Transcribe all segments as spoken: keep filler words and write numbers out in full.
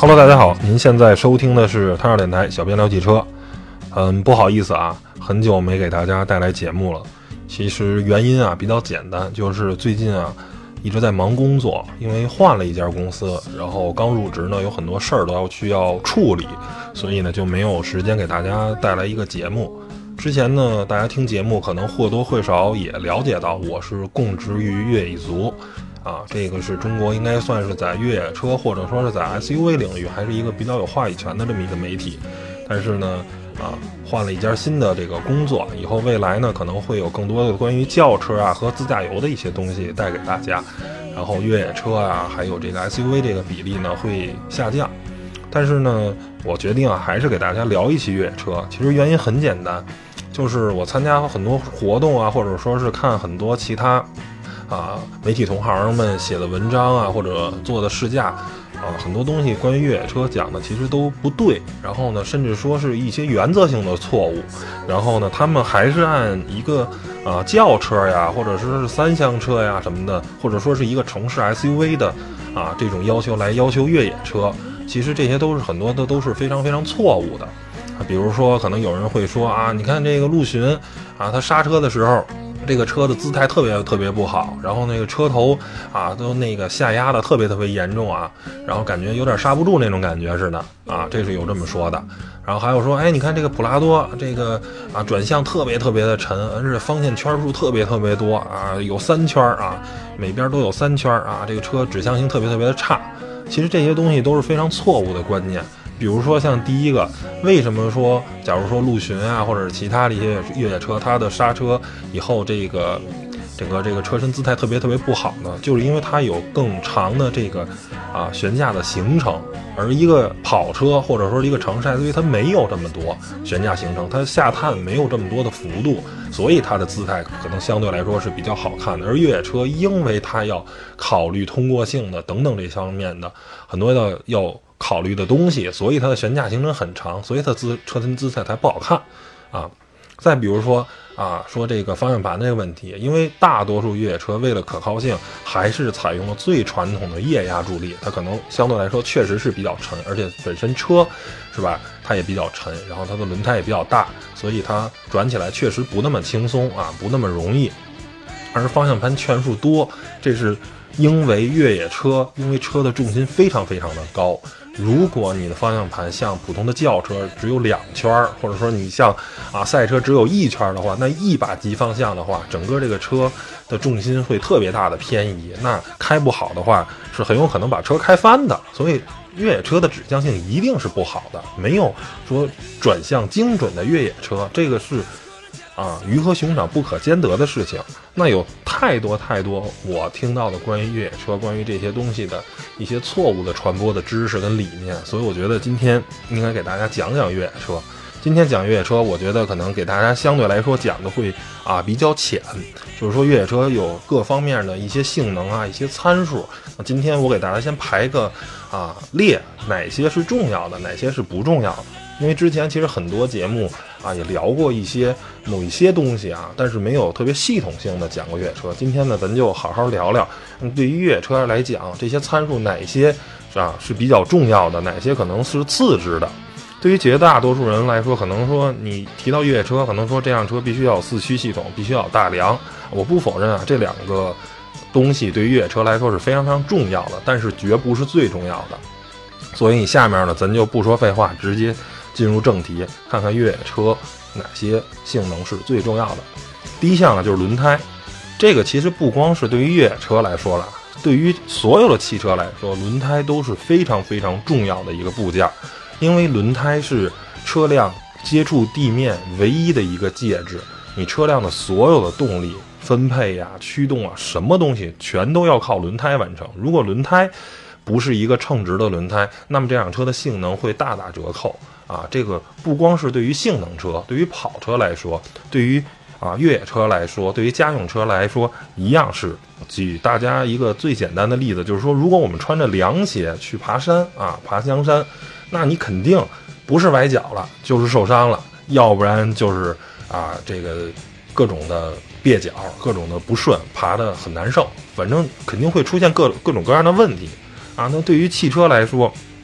Hello， 大家好，您现在收听的是汤二电台小编聊汽车。嗯，不好意思啊，很久没给大家带来节目了。其实原因啊比较简单，就是最近啊一直在忙工作，因为换了一家公司，然后刚入职呢，有很多事儿都要去要处理，所以呢就没有时间给大家带来一个节目。之前呢，大家听节目可能或多或少也了解到，我是供职于越野一族。啊，这个是中国应该算是在越野车或者说是在 S U V 领域还是一个比较有话语权的这么一个媒体。但是呢，啊，换了一家新的这个工作，以后未来呢可能会有更多的关于轿车啊和自驾游的一些东西带给大家。然后越野车啊，还有这个 S U V 这个比例呢会下降。但是呢，我决定啊还是给大家聊一期越野车。其实原因很简单，就是我参加很多活动啊，或者说是看很多其他。啊，媒体同行们写的文章啊，或者做的试驾啊，很多东西关于越野车讲的其实都不对，然后呢，甚至说是一些原则性的错误，然后呢，他们还是按一个啊轿车呀，或者说是三厢车呀什么的，或者说是一个城市 S U V 的啊这种要求来要求越野车，其实这些都是很多的都是非常非常错误的啊。比如说，可能有人会说啊，你看这个陆巡啊，他刹车的时候。这个车的姿态特别特别不好，然后那个车头啊都那个下压的特别特别严重啊，然后感觉有点刹不住那种感觉似的啊，这是有这么说的。然后还有说，哎，你看这个普拉多这个啊转向特别特别的沉，而且方向圈数特别特别多啊，有三圈啊，每边都有三圈啊，这个车指向性特别特别的差。其实这些东西都是非常错误的观念。比如说像第一个，为什么说假如说陆巡啊或者是其他的一些越野车，它的刹车以后这个整个这个车身姿态特别特别不好呢？就是因为它有更长的这个啊悬架的行程，而一个跑车或者说一个城市 S U V 它没有这么多悬架行程，它下探没有这么多的幅度，所以它的姿态可能相对来说是比较好看的。而越野车因为它要考虑通过性的等等这方面的很多的要考虑的东西，所以它的悬架行程很长，所以它姿车身姿态才不好看啊。再比如说啊，说这个方向盘这个问题，因为大多数越野车为了可靠性，还是采用了最传统的液压助力，它可能相对来说确实是比较沉，而且本身车是吧，它也比较沉，然后它的轮胎也比较大，所以它转起来确实不那么轻松啊，不那么容易。而方向盘圈数多，这是因为越野车因为车的重心非常非常的高，如果你的方向盘像普通的轿车只有两圈，或者说你像啊赛车只有一圈的话，那一把急方向的话，整个这个车的重心会特别大的偏移，那开不好的话是很有可能把车开翻的。所以越野车的指向性一定是不好的，没有说转向精准的越野车，这个是啊，鱼和熊掌不可兼得的事情。那有太多太多我听到的关于越野车、关于这些东西的一些错误的传播的知识跟理念，所以我觉得今天应该给大家讲讲越野车。今天讲越野车，我觉得可能给大家相对来说讲的会啊比较浅，就是说越野车有各方面的一些性能啊、一些参数。那今天我给大家先排个啊列，哪些是重要的，哪些是不重要的。因为之前其实很多节目啊也聊过一些某一些东西啊，但是没有特别系统性的讲过越野车。今天呢，咱就好好聊聊，嗯，对于越野车来讲，这些参数哪些啊是比较重要的，哪些可能是次之的。对于绝大多数人来说，可能说你提到越野车，可能说这辆车必须要有四驱系统，必须要有大梁。我不否认啊，这两个东西对于越野车来说是非常非常重要的，但是绝不是最重要的。所以下面呢，咱就不说废话，直接进入正题，看看越野车哪些性能是最重要的。第一项呢就是轮胎，这个其实不光是对于越野车来说了，对于所有的汽车来说，轮胎都是非常非常重要的一个部件，因为轮胎是车辆接触地面唯一的一个介质，你车辆的所有的动力分配呀、驱动啊，什么东西全都要靠轮胎完成。如果轮胎不是一个称职的轮胎，那么这辆车的性能会大打折扣啊！这个不光是对于性能车，对于跑车来说，对于啊越野车来说，对于家用车来说，一样是。举大家一个最简单的例子，就是说，如果我们穿着凉鞋去爬山啊，爬香山，那你肯定不是崴脚了，就是受伤了，要不然就是啊这个各种的蹩脚，各种的不顺，爬得很难受，反正肯定会出现各各种各样的问题。啊，那对于汽车来说，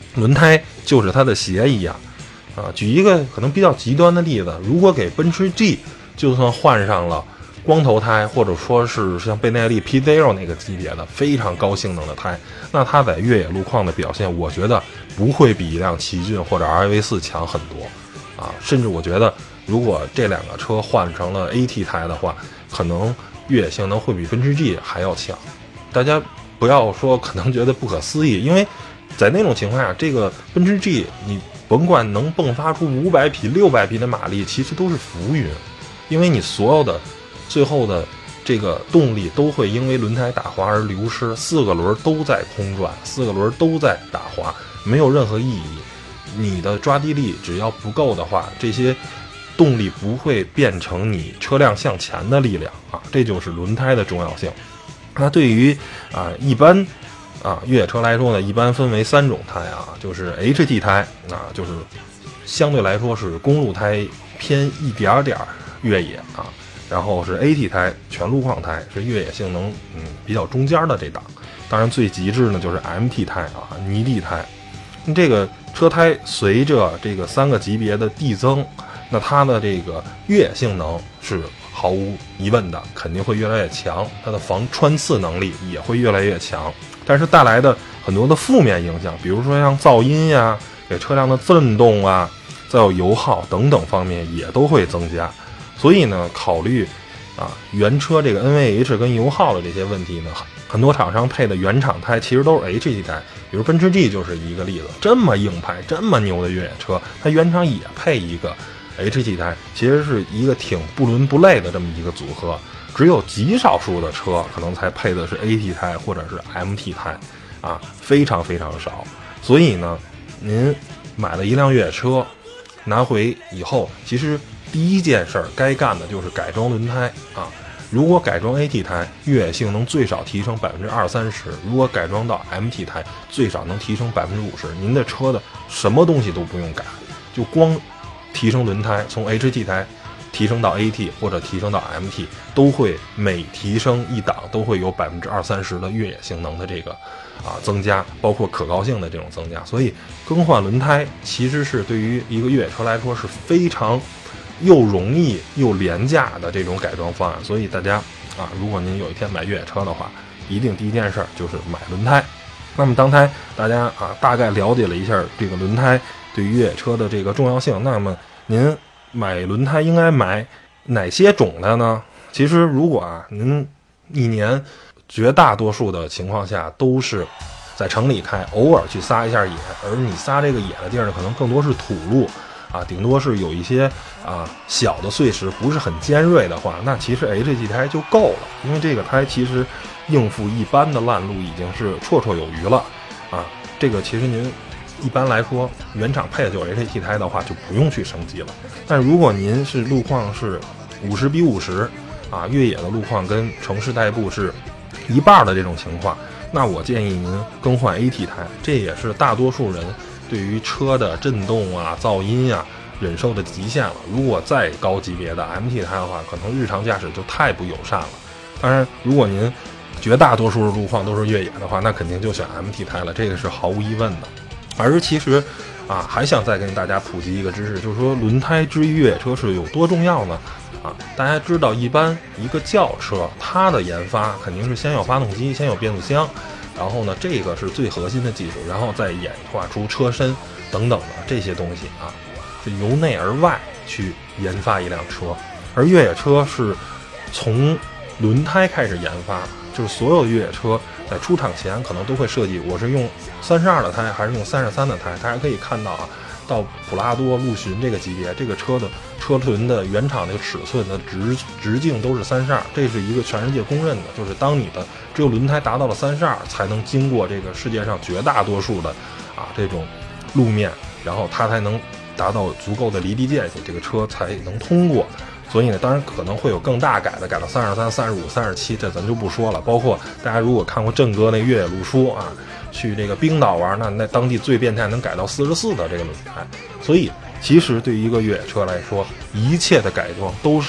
轮胎就是它的鞋一样啊。举一个可能比较极端的例子，如果给奔驰 G 就算换上了光头胎，或者说是像贝耐利 P zero 那个级别的非常高性能的胎，那它在越野路况的表现，我觉得不会比一辆奇骏或者 R V 四 强很多啊。甚至我觉得，如果这两个车换成了 A T 胎的话，可能越野性能会比奔驰 G 还要强。大家不要说可能觉得不可思议，因为在那种情况下，这个奔驰 G 你甭管能迸发出五百匹、六百匹的马力，其实都是浮云，因为你所有的最后的这个动力都会因为轮胎打滑而流失，四个轮都在空转，四个轮都在打滑，没有任何意义。你的抓地力只要不够的话，这些动力不会变成你车辆向前的力量啊，这就是轮胎的重要性。那对于啊一般啊越野车来说呢，一般分为三种胎啊，就是 H T 胎啊，就是相对来说是公路胎偏一点点越野啊。然后是 A T 胎，全路况胎，是越野性能嗯比较中间的这档。当然最极致呢就是 M T 胎啊，泥地胎。这个车胎随着这个三个级别的递增，那它的这个越野性能是毫无疑问的，肯定会越来越强，它的防穿刺能力也会越来越强。但是带来的很多的负面影响，比如说像噪音呀、给车辆的震动啊，再有油耗等等方面也都会增加。所以呢，考虑啊原车这个 N V H 跟油耗的这些问题呢，很多厂商配的原厂胎其实都是 H T 胎，比如奔驰 G 就是一个例子。这么硬派、这么牛的越野车，它原厂也配一个 H T 胎，其实是一个挺不伦不类的这么一个组合。只有极少数的车可能才配的是 A T 胎或者是 M T 胎，啊，非常非常少。所以呢，您买了一辆越野车，拿回以后，其实第一件事儿该干的就是改装轮胎啊。如果改装 A T 胎，越野性能最少提升百分之二三十；如果改装到 M T 胎，最少能提升百分之五十。您的车的什么东西都不用改，就光提升轮胎，从 H T 胎提升到 A T 或者提升到 M T， 都会每提升一档都会有百分之二三十的越野性能的这个啊增加，包括可靠性的这种增加。所以更换轮胎其实是对于一个越野车来说是非常又容易又廉价的这种改装方案。所以大家啊，如果您有一天买越野车的话，一定第一件事就是买轮胎。那么当胎大家啊大概了解了一下这个轮胎对于越野车的这个重要性，那么您买轮胎应该买哪些种的呢？其实如果啊您一年绝大多数的情况下都是在城里开，偶尔去撒一下野，而你撒这个野的地儿呢，可能更多是土路啊，顶多是有一些啊小的碎石，不是很尖锐的话，那其实 H T 胎就够了。因为这个胎其实应付一般的烂路已经是绰绰有余了啊。这个其实您一般来说原厂配的就是 H T 胎的话，就不用去升级了。但如果您是路况是五十比五十啊，越野的路况跟城市代步是一半的这种情况，那我建议您更换 A T 胎。这也是大多数人对于车的震动啊、噪音啊忍受的极限了。如果再高级别的 M T 胎的话，可能日常驾驶就太不友善了。当然，如果您绝大多数的路况都是越野的话，那肯定就选 M T 胎了，这个是毫无疑问的。而其实啊，还想再跟大家普及一个知识，就是说轮胎之于越野车是有多重要呢？啊，大家知道，一般一个轿车它的研发肯定是先有发动机，先有变速箱，然后呢，这个是最核心的技术，然后再演化出车身等等的这些东西啊，是由内而外去研发一辆车。而越野车是从轮胎开始研发，就是所有越野车在出厂前可能都会设计，我是用三十二的胎还是用三十三的胎。大家可以看到啊，到普拉多、陆巡这个级别，这个车的车轮的原厂的尺寸的直直径都是三十二，这是一个全世界公认的，就是当你的只有轮胎达到了三十二，才能经过这个世界上绝大多数的啊这种路面，然后它才能达到足够的离地间隙，这个车才能通过。所以呢，当然可能会有更大改的，改到三十三、三十五、三十七，这咱就不说了。包括大家如果看过郑哥那越野路书啊，去这个冰岛玩，那那当地最变态能改到四十四的这个轮胎。所以其实对于一个越野车来说，一切的改装都是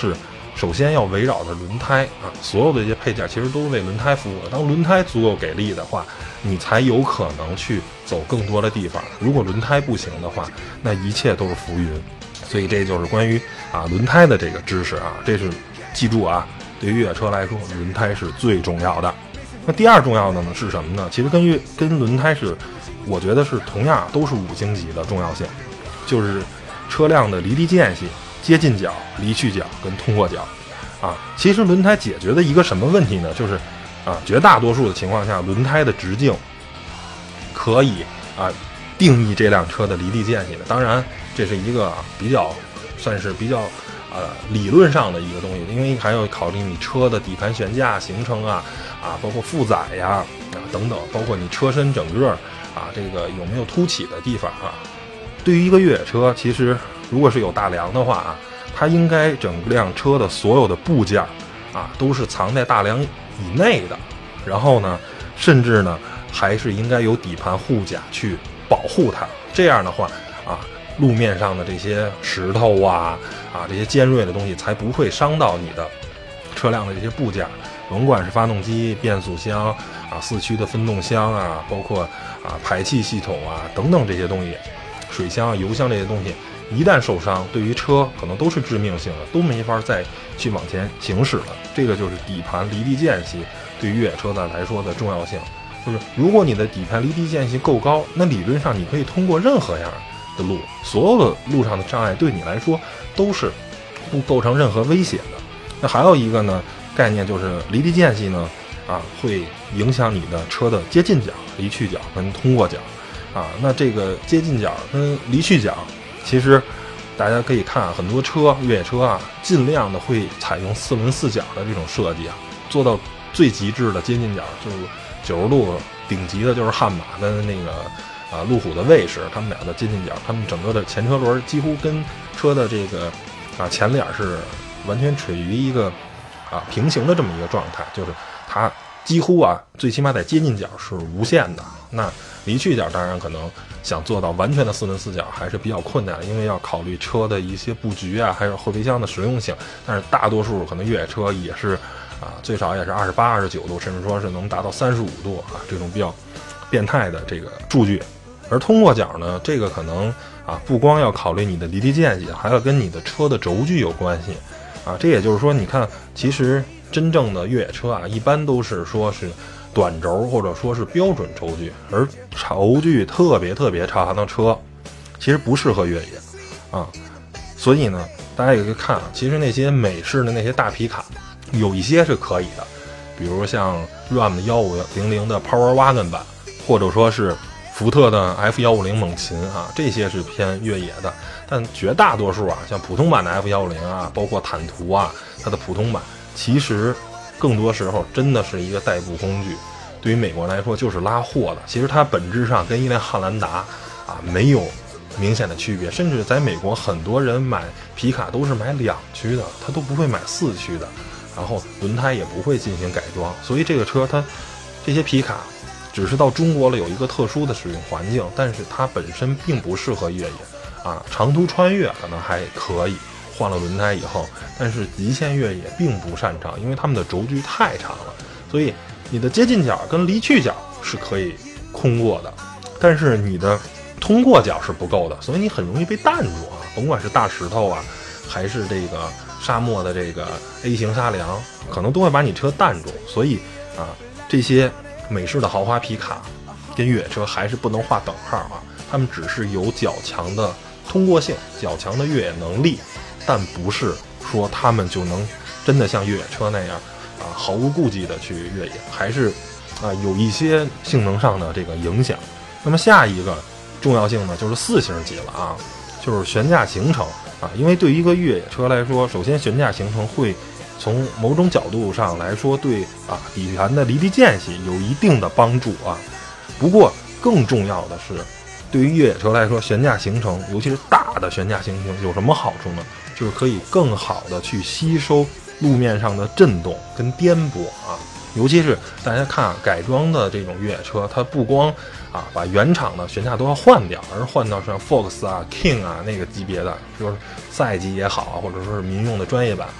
首先要围绕着轮胎啊，所有的这些配件其实都是为轮胎服务的。当轮胎足够给力的话，你才有可能去走更多的地方。如果轮胎不行的话，那一切都是浮云。所以这就是关于啊轮胎的这个知识啊，这是记住啊，对于越野车来说，轮胎是最重要的。那第二重要的呢是什么呢？其实跟越跟轮胎是，我觉得是同样都是五星级的重要性，就是车辆的离地间隙、接近角、离去角跟通过角啊。其实轮胎解决的一个什么问题呢？就是啊，绝大多数的情况下，轮胎的直径可以啊定义这辆车的离地间隙的。当然，这是一个、啊、比较算是比较呃理论上的一个东西，因为还要考虑你车的底盘悬架行程啊啊，包括负载呀啊等等，包括你车身整个啊这个有没有凸起的地方啊。对于一个越野车，其实如果是有大梁的话啊，它应该整辆车的所有的部件啊都是藏在大梁以内的，然后呢，甚至呢还是应该有底盘护甲去保护它。这样的话啊，路面上的这些石头啊啊这些尖锐的东西才不会伤到你的车辆的这些部件，甭管是发动机、变速箱啊、四驱的分动箱啊，包括啊排气系统啊等等这些东西。水箱、油箱这些东西一旦受伤，对于车可能都是致命性的，都没法再去往前行驶了。这个就是底盘离地间隙对于越野车的来说的重要性。就是如果你的底盘离地间隙够高，那理论上你可以通过任何样的路，所有的路上的障碍对你来说都是不构成任何威胁的。那还有一个呢概念就是离地间隙呢啊会影响你的车的接近角、离去角跟通过角。啊，那这个接近角跟离去角，其实大家可以看啊，很多车越野车啊，尽量的会采用四轮四角的这种设计啊，做到最极致的接近角，就是九十度顶级的，就是悍马跟那个啊路虎的卫士，他们俩的接近角，他们整个的前车轮几乎跟车的这个啊前脸是完全处于一个啊平行的这么一个状态，就是它几乎啊最起码在接近角是无限的。那离去角当然可能想做到完全的四轮四角还是比较困难，因为要考虑车的一些布局啊，还有后备箱的实用性。但是大多数可能越野车也是啊，最少也是二十八、二十九度，甚至说是能达到三十五度啊，这种比较变态的这个数据。而通过角呢，这个可能啊不光要考虑你的离地间隙，还要跟你的车的轴距有关系啊。这也就是说，你看，其实真正的越野车啊，一般都是说是短轴或者说是标准轴距，而轴距特别特别长的车其实不适合越野啊。所以呢，大家也可以看啊，其实那些美式的那些大皮卡有一些是可以的，比如像 Ram 的一五零零的 Power Wagon 版，或者说是福特的 F 一五零猛禽啊，这些是偏越野的。但绝大多数啊，像普通版的 F 一五零啊，包括坦途啊，它的普通版其实更多时候真的是一个代步工具，对于美国来说就是拉货的。其实它本质上跟一辆汉兰达啊没有明显的区别，甚至在美国很多人买皮卡都是买两驱的，他都不会买四驱的，然后轮胎也不会进行改装。所以这个车它这些皮卡只是到中国了有一个特殊的使用环境，但是它本身并不适合越野啊，长途穿越可能还可以，换了轮胎以后，但是极限越野并不擅长，因为它们的轴距太长了，所以你的接近角跟离去角是可以空过的，但是你的通过角是不够的，所以你很容易被弹住啊，甭管是大石头啊，还是这个沙漠的这个 A 型沙梁，可能都会把你车弹住。所以啊，这些美式的豪华皮卡跟越野车还是不能划等号啊，他们只是有较强的通过性、较强的越野能力，但不是说他们就能真的像越野车那样啊毫无顾忌的去越野，还是啊有一些性能上的这个影响。那么下一个重要性呢，就是四星级了啊，就是悬架行程啊，因为对于一个越野车来说，首先悬架行程会从某种角度上来说对啊底盘的离地间隙有一定的帮助啊。不过更重要的是，对于越野车来说，悬架行程，尤其是大的悬架行程有什么好处呢？就是可以更好的去吸收路面上的震动跟颠簸啊。尤其是大家看啊，改装的这种越野车，它不光啊把原厂的悬架都要换掉，而换到像 Fox 啊、King 啊那个级别的，就是赛级也好啊，或者说是民用的专业版啊，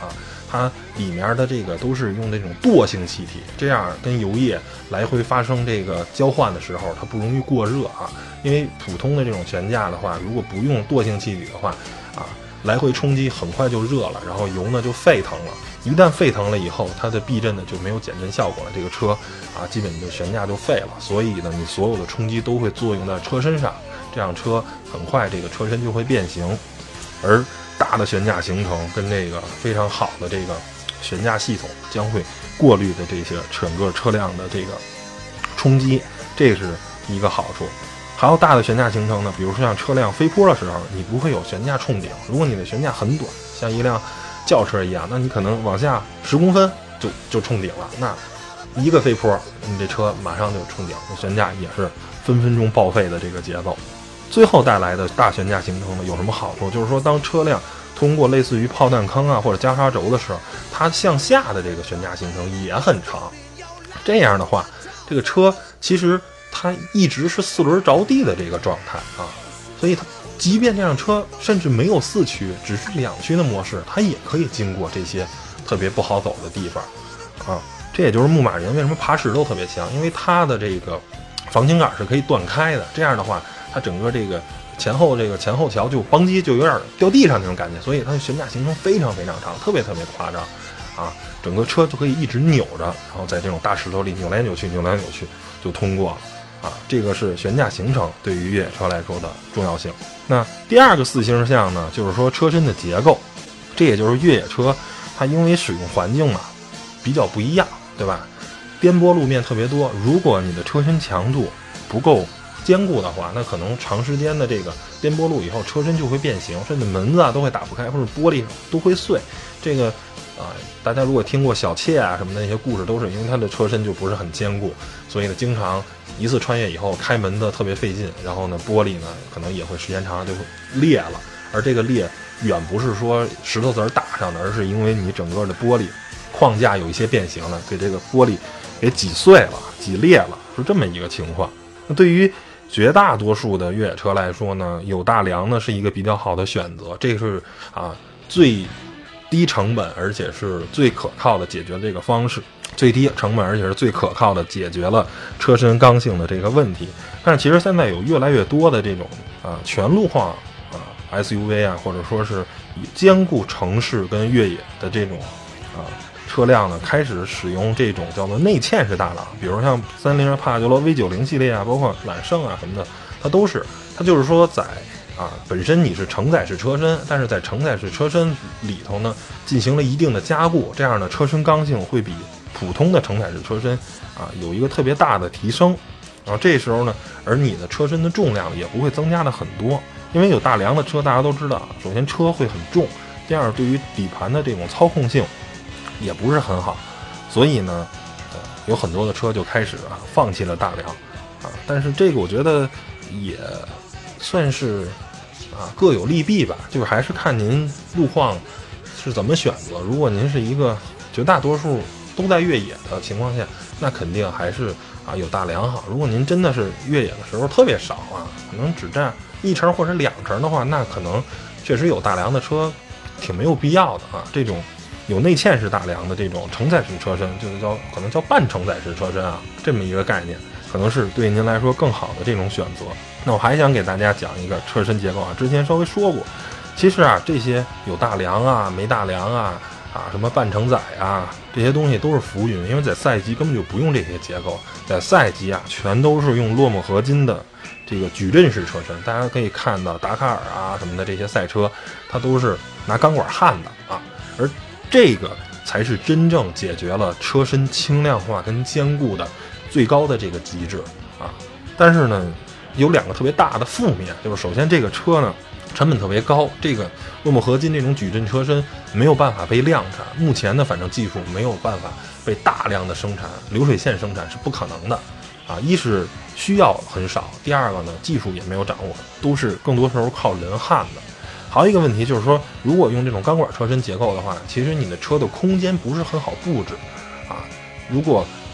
它里面的这个都是用这种惰性气体，这样跟油液来回发生这个交换的时候，它不容易过热啊。因为普通的这种悬架的话，如果不用惰性气体的话啊，来回冲击很快就热了，然后油呢就沸腾了。一旦沸腾了以后，它的避震呢就没有减震效果了，这个车啊基本就悬架就废了。所以呢，你所有的冲击都会作用在车身上，这样车很快这个车身就会变形。而大的悬架行程跟这个非常好的这个悬架系统将会过滤的这些整个车辆的这个冲击，这是一个好处。还有大的悬架行程呢，比如说像车辆飞坡的时候，你不会有悬架冲顶。如果你的悬架很短，像一辆轿车一样，那你可能往下十公分就就冲顶了，那一个飞坡你这车马上就冲顶，悬架也是分分钟报废的这个节奏。最后带来的大悬架行程呢有什么好处，就是说当车辆通过类似于炮弹坑啊或者加沙轴的时候，它向下的这个悬架行程也很长。这样的话，这个车其实它一直是四轮着地的这个状态啊，所以它即便这辆车甚至没有四驱，只是两驱的模式，它也可以经过这些特别不好走的地方啊。这也就是牧马人为什么爬石头特别强，因为它的这个防倾杆是可以断开的，这样的话它整个这个前后这个前后桥就邦机就有点掉地上那种感觉，所以它的悬架行程非常非常长，特别特别夸张啊！整个车就可以一直扭着，然后在这种大石头里扭来扭去扭来扭去就通过啊。这个是悬架行程对于越野车来说的重要性。那第二个四星项呢，就是说车身的结构，这也就是越野车它因为使用环境嘛比较不一样，对吧？颠簸路面特别多，如果你的车身强度不够坚固的话，那可能长时间的这个颠簸路以后，车身就会变形，甚至门子啊都会打不开，或者玻璃都会碎。这个啊、呃，大家如果听过小妾啊什么的那些故事，都是因为它的车身就不是很坚固，所以呢，经常一次穿越以后开门的特别费劲，然后呢，玻璃呢可能也会时间长就会裂了。而这个裂远不是说石头子儿打上的，而是因为你整个的玻璃框架有一些变形了，给这个玻璃给挤碎了、挤裂了，是这么一个情况。那对于绝大多数的越野车来说呢，有大梁呢是一个比较好的选择，这是啊最低成本而且是最可靠的解决这个方式，最低成本而且是最可靠的解决了车身刚性的这个问题。但是其实现在有越来越多的这种啊全路况啊 S U V 啊，或者说是以兼顾城市跟越野的这种啊车辆呢，开始使用这种叫做内嵌式大梁，比如像三菱帕杰罗 V 九十 系列啊，包括揽胜啊什么的，它都是，它就是说在啊本身你是承载式车身，但是在承载式车身里头呢进行了一定的加固，这样的车身刚性会比普通的承载式车身啊有一个特别大的提升。然后这时候呢，而你的车身的重量也不会增加的很多，因为有大梁的车大家都知道，首先车会很重，第二对于底盘的这种操控性也不是很好，所以呢，呃，有很多的车就开始啊放弃了大梁啊。但是这个我觉得也算是啊各有利弊吧，就是还是看您路况是怎么选择。如果您是一个绝大多数都在越野的情况下，那肯定还是啊有大梁好。如果您真的是越野的时候特别少啊，可能只占一成或者两成的话，那可能确实有大梁的车挺没有必要的啊。这种有内嵌式大梁的这种承载式车身，就是叫可能叫半承载式车身啊，这么一个概念，可能是对您来说更好的这种选择。那我还想给大家讲一个车身结构啊，之前稍微说过，其实啊这些有大梁啊、没大梁啊、啊什么半承载啊，这些东西都是浮云，因为在赛级根本就不用这些结构，在赛级啊全都是用洛莫合金的这个矩阵式车身。大家可以看到达喀尔啊什么的这些赛车，它都是拿钢管焊的啊，而这个才是真正解决了车身轻量化跟坚固的最高的这个极致啊。但是呢，有两个特别大的负面，就是首先这个车呢成本特别高，这个洛莫合金这种矩阵车身没有办法被量产，目前的反正技术没有办法被大量的生产，流水线生产是不可能的啊。一是需要很少，第二个呢技术也没有掌握，都是更多时候靠人焊的。还有一个问题就是说，如果用这种钢管车身结构的话，其实你的车的空间不是很好布置啊。如果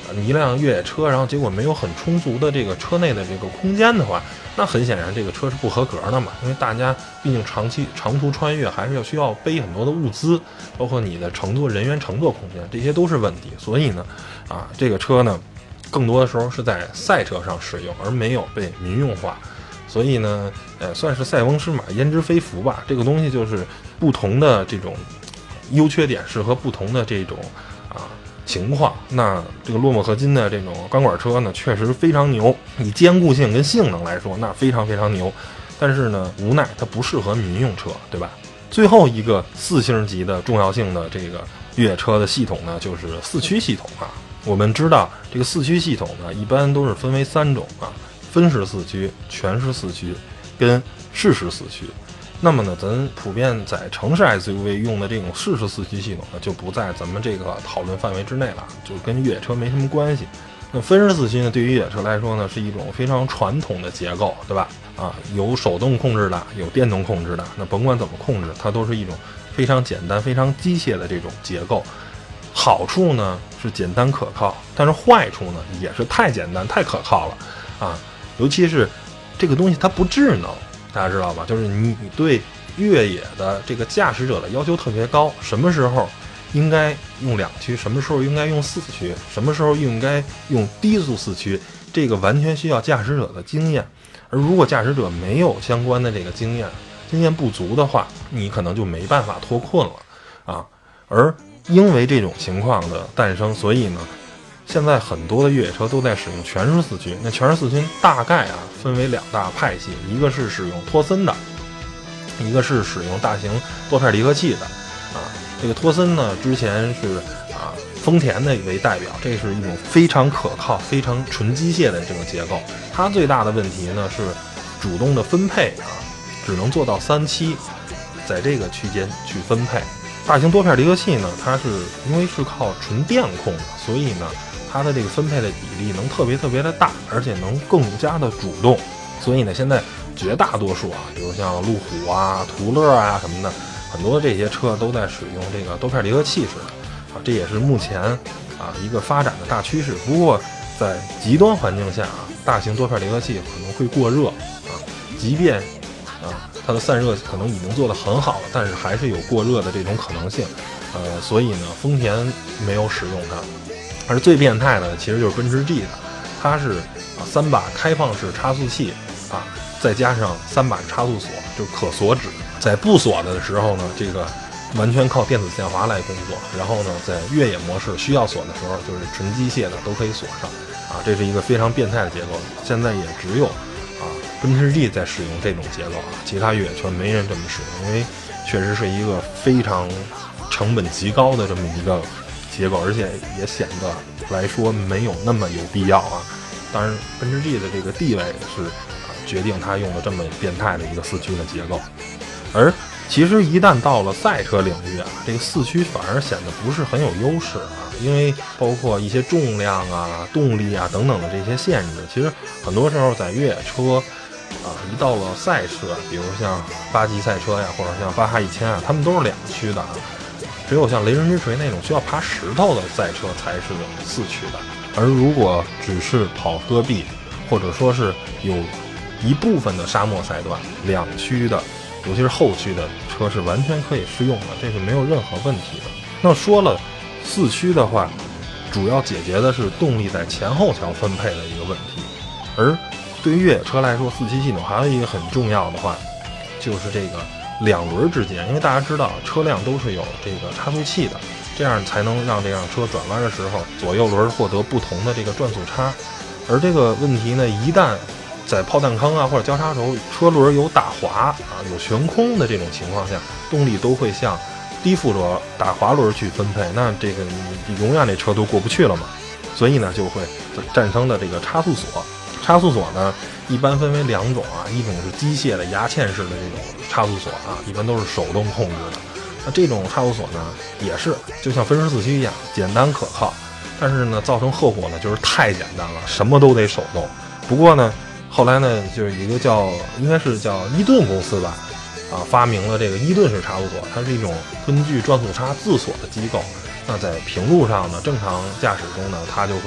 你一辆越野车，然后结果没有很充足的这个车内的这个空间的话，那很显然这个车是不合格的嘛。因为大家毕竟长期长途穿越还是要需要背很多的物资，包括你的乘坐人员乘坐空间，这些都是问题。所以呢，啊，这个车呢，更多的时候是在赛车上使用，而没有被民用化。所以呢，呃，算是塞翁失马焉知非福吧。这个东西就是不同的这种优缺点适合不同的这种啊情况。那这个洛莫合金的这种钢管车呢，确实非常牛，以坚固性跟性能来说，那非常非常牛。但是呢，无奈它不适合民用车，对吧？最后一个四星级的重要性的这个越野车的系统呢，就是四驱系统啊。我们知道这个四驱系统呢，一般都是分为三种啊。分时四驱、全时四驱跟适时四驱。那么呢，咱普遍在城市 S U V 用的这种适时四驱系统呢，就不在咱们这个讨论范围之内了，就跟越野车没什么关系。那分时四驱呢，对于越野车来说呢，是一种非常传统的结构，对吧？啊，有手动控制的，有电动控制的，那甭管怎么控制，它都是一种非常简单、非常机械的这种结构。好处呢是简单可靠，但是坏处呢也是太简单、太可靠了啊。尤其是这个东西它不智能，大家知道吧？就是你你对越野的这个驾驶者的要求特别高，什么时候应该用两驱，什么时候应该用四驱，什么时候应该用低速四驱，这个完全需要驾驶者的经验。而如果驾驶者没有相关的这个经验，经验不足的话，你可能就没办法脱困了啊。而因为这种情况的诞生，所以呢，现在很多的越野车都在使用全时四驱。那全时四驱大概啊分为两大派系，一个是使用托森的，一个是使用大型多片离合器的。啊，这个托森呢，之前是啊丰田的为代表，这是一种非常可靠、非常纯机械的这种结构。它最大的问题呢是主动的分配啊，只能做到三七，在这个区间去分配。大型多片离合器呢，它是因为是靠纯电控的，所以呢，它的这个分配的比例能特别特别的大，而且能更加的主动。所以呢，现在绝大多数啊，比如像路虎啊、途乐啊什么的，很多这些车都在使用这个多片离合器式的啊，这也是目前啊一个发展的大趋势。不过在极端环境下啊，大型多片离合器可能会过热啊，即便啊它的散热可能已经做得很好了，但是还是有过热的这种可能性。呃，所以呢，丰田没有使用它。而最变态的其实就是奔驰 G 的，它是啊三把开放式差速器啊，再加上三把差速锁，就是可锁止。在不锁的时候呢，这个完全靠电子限滑来工作。然后呢，在越野模式需要锁的时候，就是纯机械的都可以锁上啊，这是一个非常变态的结构。现在也只有啊奔驰 G 在使用这种结构啊，其他越野车没人这么使用，因为确实是一个非常成本极高的这么一个结构，而且也显得来说没有那么有必要啊。当然，奔驰 G 的这个地位是啊决定它用了这么变态的一个四驱的结构。而其实一旦到了赛车领域啊，这个四驱反而显得不是很有优势啊，因为包括一些重量啊、动力啊等等的这些限制，其实很多时候在越野车啊，一到了赛事，比如像八级赛车呀，或者像巴哈一千啊，他们都是两驱的啊。只有像雷神之锤那种需要爬石头的赛车才是四驱的。而如果只是跑戈壁，或者说是有一部分的沙漠赛段，两驱的，尤其是后驱的车是完全可以适用的，这是没有任何问题的。那说了四驱的话，主要解决的是动力在前后桥分配的一个问题。而对于越野车来说，四驱系统还有一个很重要的话，就是这个两轮之间，因为大家知道车辆都是有这个差速器的，这样才能让这辆车转弯的时候左右轮获得不同的这个转速差。而这个问题呢，一旦在炮弹坑啊或者交叉轴车轮有打滑啊有悬空的这种情况下，动力都会向低附着打滑轮去分配，那这个你永远这车都过不去了嘛。所以呢，就会诞生的这个差速锁。差速锁呢，一般分为两种啊，一种是机械的牙嵌式的这种差速锁啊，一般都是手动控制的。那这种差速锁呢，也是就像分时四驱一样，简单可靠，但是呢，造成后果呢，就是太简单了，什么都得手动。不过呢，后来呢，就是一个叫应该是叫伊顿公司吧，啊，发明了这个伊顿式差速锁，它是一种根据转速差自锁的机构。那在平路上呢，正常驾驶中呢，它就会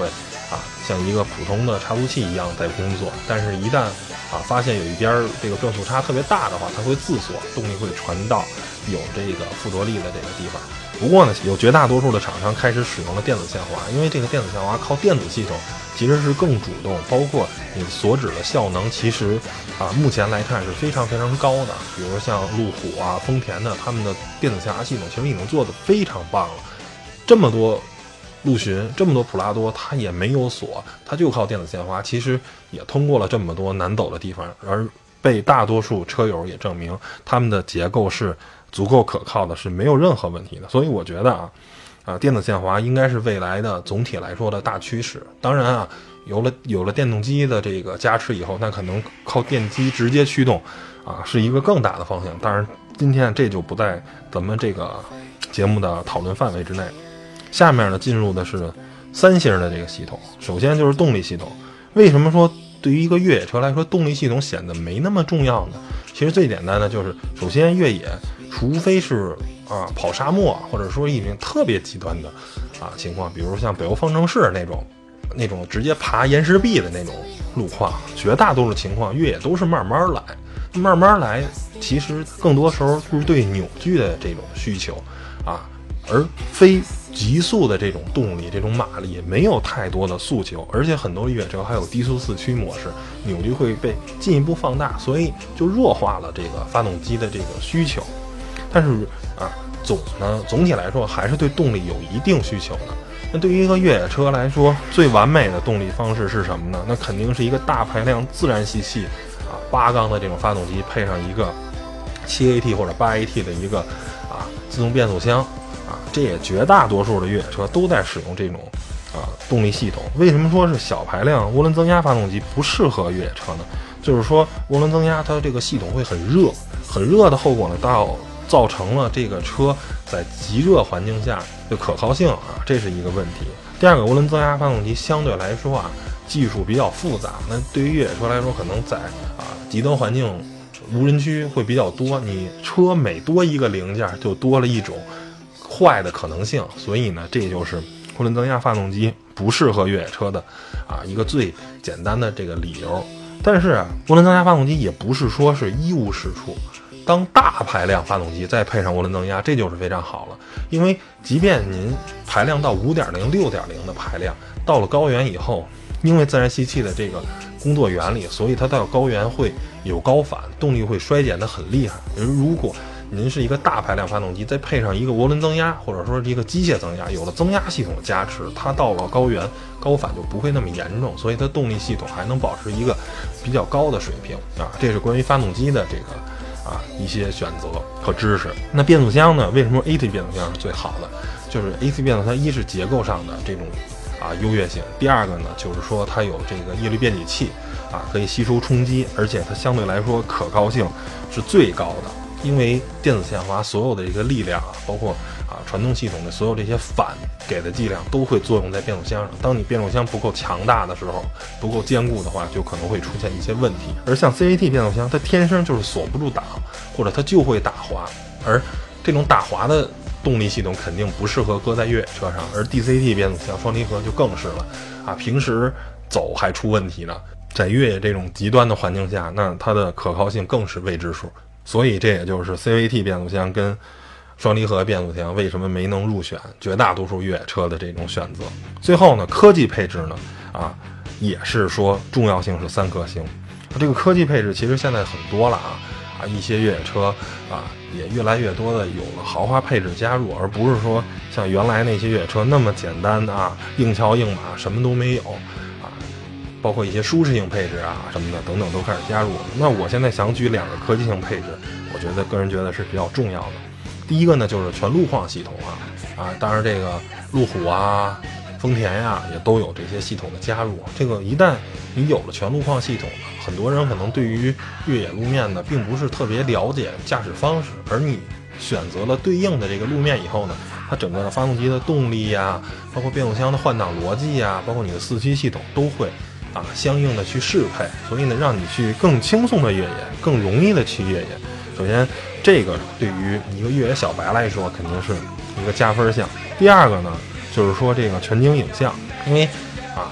啊像一个普通的差速器一样在工作，但是一旦啊发现有一边这个转速差特别大的话，它会自锁，动力会传到有这个附着力的这个地方。不过呢，有绝大多数的厂商开始使用了电子限滑，因为这个电子限滑靠电子系统其实是更主动，包括你所指的效能，其实啊目前来看是非常非常高的。比如像路虎啊、丰田的，他们的电子限滑系统其实已经做得非常棒了。这么多陆巡，这么多普拉多，它也没有锁，它就靠电子限滑，其实也通过了这么多难走的地方，而被大多数车友也证明他们的结构是足够可靠的，是没有任何问题的。所以我觉得啊，啊，电子限滑应该是未来的总体来说的大趋势。当然啊，有了有了电动机的这个加持以后，那可能靠电机直接驱动啊，是一个更大的方向。当然，今天这就不在咱们这个节目的讨论范围之内。下面呢，进入的是三星的这个系统。首先就是动力系统。为什么说对于一个越野车来说，动力系统显得没那么重要呢？其实最简单的就是，首先越野，除非是啊跑沙漠，或者说一种特别极端的啊情况，比如像北欧方程式那种，那种直接爬岩石壁的那种路况，绝大多数情况越野都是慢慢来，慢慢来。其实更多时候就是对扭矩的这种需求啊，而非极速的这种动力、这种马力没有太多的诉求，而且很多越野车还有低速四驱模式，扭矩会被进一步放大，所以就弱化了这个发动机的这个需求。但是啊，总呢总体来说还是对动力有一定需求的。那对于一个越野车来说，最完美的动力方式是什么呢？那肯定是一个大排量自然吸气啊八缸的这种发动机，配上一个七 A T 或者八 A T 的一个啊自动变速箱。啊，这也绝大多数的越野车都在使用这种啊动力系统。为什么说是小排量涡轮增压发动机不适合越野车呢？就是说涡轮增压它这个系统会很热，很热的后果呢，到造成了这个车在极热环境下的可靠性啊，这是一个问题。第二个，涡轮增压发动机相对来说啊技术比较复杂，那对于越野车来说，可能在啊极端环境无人区会比较多，你车每多一个零件就多了一种坏的可能性，所以呢，这就是涡轮增压发动机不适合越野车的啊一个最简单的这个理由。但是啊，涡轮增压发动机也不是说是一无是处，当大排量发动机再配上涡轮增压，这就是非常好了。因为即便您排量到 五点零、六点零 的排量，到了高原以后，因为自然吸气的这个工作原理，所以它到高原会有高反，动力会衰减得很厉害。而如果您是一个大排量发动机，再配上一个涡轮增压，或者说是一个机械增压，有了增压系统的加持，它到了高原高反就不会那么严重，所以它动力系统还能保持一个比较高的水平啊。这是关于发动机的这个啊一些选择和知识。那变速箱呢？为什么 A C 变速箱是最好的？就是 A C 变速箱一是结构上的这种啊优越性，第二个呢就是说它有这个液力变矩器啊，可以吸收冲击，而且它相对来说可靠性是最高的。因为电子限滑所有的这个力量啊，包括啊传动系统的所有这些反给的剂量都会作用在变速箱上。当你变速箱不够强大的时候，不够坚固的话，就可能会出现一些问题。而像 C A T 变速箱，它天生就是锁不住档，或者它就会打滑，而这种打滑的动力系统肯定不适合搁在越野车上，而 D C T 变速箱双离合就更是了啊，平时走还出问题呢，在越野这种极端的环境下，那它的可靠性更是未知数。所以这也就是 C V T 变速箱跟双离合变速箱为什么没能入选绝大多数越野车的这种选择。最后呢，科技配置呢啊也是说重要性是三颗星。这个科技配置其实现在很多了啊啊一些越野车啊也越来越多的有了豪华配置加入，而不是说像原来那些越野车那么简单啊硬桥硬马什么都没有。包括一些舒适性配置啊什么的等等都开始加入了。那我现在想举两个科技性配置，我觉得个人觉得是比较重要的。第一个呢就是全路况系统啊啊，当然这个路虎啊、丰田呀、啊、也都有这些系统的加入。这个一旦你有了全路况系统，很多人可能对于越野路面呢并不是特别了解驾驶方式，而你选择了对应的这个路面以后呢，它整个的发动机的动力呀、啊，包括变速箱的换挡逻辑呀、啊，包括你的四驱系统都会啊，相应的去适配，所以呢，让你去更轻松的越野，更容易的去越野。首先，这个对于一个越野小白来说，肯定是一个加分项。第二个呢，就是说这个全景影像，因为啊，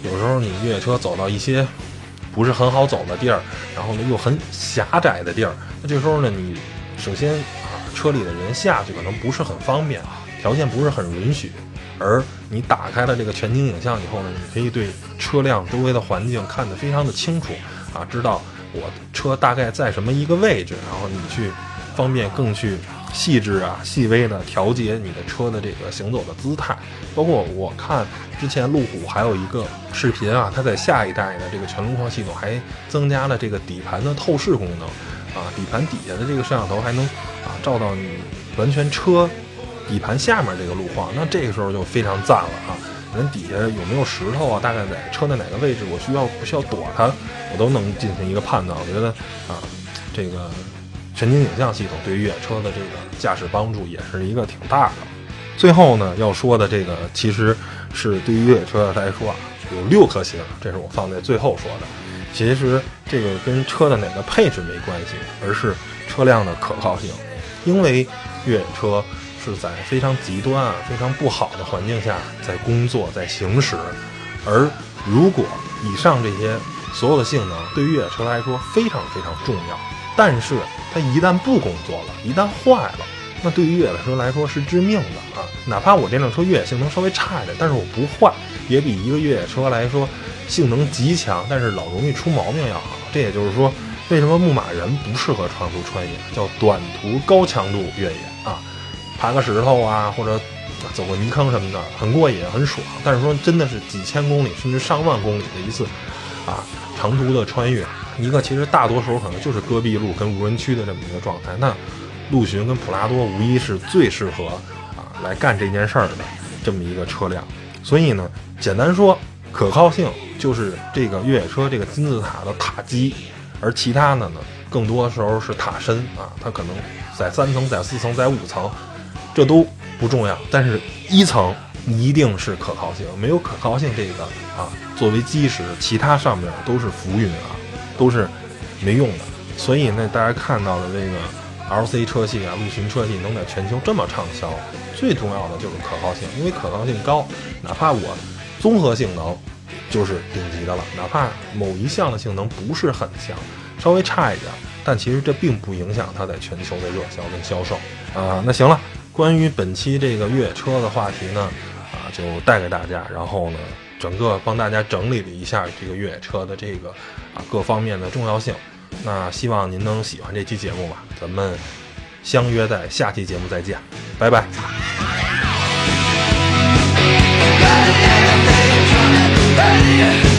有时候你越野车走到一些不是很好走的地儿，然后呢又很狭窄的地儿，那这时候呢你首先啊车里的人下去可能不是很方便，条件不是很允许，而你打开了这个全景影像以后呢，你可以对车辆周围的环境看得非常的清楚啊，知道我车大概在什么一个位置，然后你去方便更去细致啊细微的调节你的车的这个行走的姿态。包括我看之前路虎还有一个视频啊，它在下一代的这个全路况系统还增加了这个底盘的透视功能啊，底盘底下的这个摄像头还能啊照到你完全车底盘下面这个路况，那这个时候就非常赞了啊！人底下有没有石头啊，大概在车的哪个位置，我需要不需要躲它，我都能进行一个判断。我觉得啊，这个全景影像系统对于越野车的这个驾驶帮助也是一个挺大的。最后呢，要说的这个其实是对于越野车来说啊，有六颗星，这是我放在最后说的。其实这个跟车的哪个配置没关系，而是车辆的可靠性，因为越野车是在非常极端啊、非常不好的环境下在工作、在行驶，而如果以上这些所有的性能对于越野车来说非常非常重要，但是它一旦不工作了，一旦坏了，那对于越野车来说是致命的啊！哪怕我这辆车越野性能稍微差一点，但是我不坏，也比一个越野车来说性能极强，但是老容易出毛病要好。这也就是说，为什么牧马人不适合长途穿越，叫短途高强度越野啊？爬个石头啊，或者走个泥坑什么的，很过瘾，很爽。但是说真的是几千公里甚至上万公里的一次啊长途的穿越，一个其实大多数可能就是戈壁路跟无人区的这么一个状态。那陆巡跟普拉多无疑是最适合啊来干这件事儿的这么一个车辆。所以呢，简单说，可靠性就是这个越野车这个金字塔的塔基，而其他的呢，更多时候是塔身啊，它可能在三层、在四层、在五层。这都不重要，但是一层一定是可靠性，没有可靠性这个啊作为基石，其他上面都是浮云啊，都是没用的。所以呢，大家看到的这个 L C 车系啊、陆巡车系能在全球这么畅销，最重要的就是可靠性，因为可靠性高，哪怕我综合性能就是顶级的了，哪怕某一项的性能不是很强，稍微差一点，但其实这并不影响它在全球的热销跟销售啊。那行了。关于本期这个越野车的话题呢，啊，就带给大家，然后呢，整个帮大家整理了一下这个越野车的这个啊各方面的重要性。那希望您能喜欢这期节目吧，咱们相约在下期节目再见，拜拜。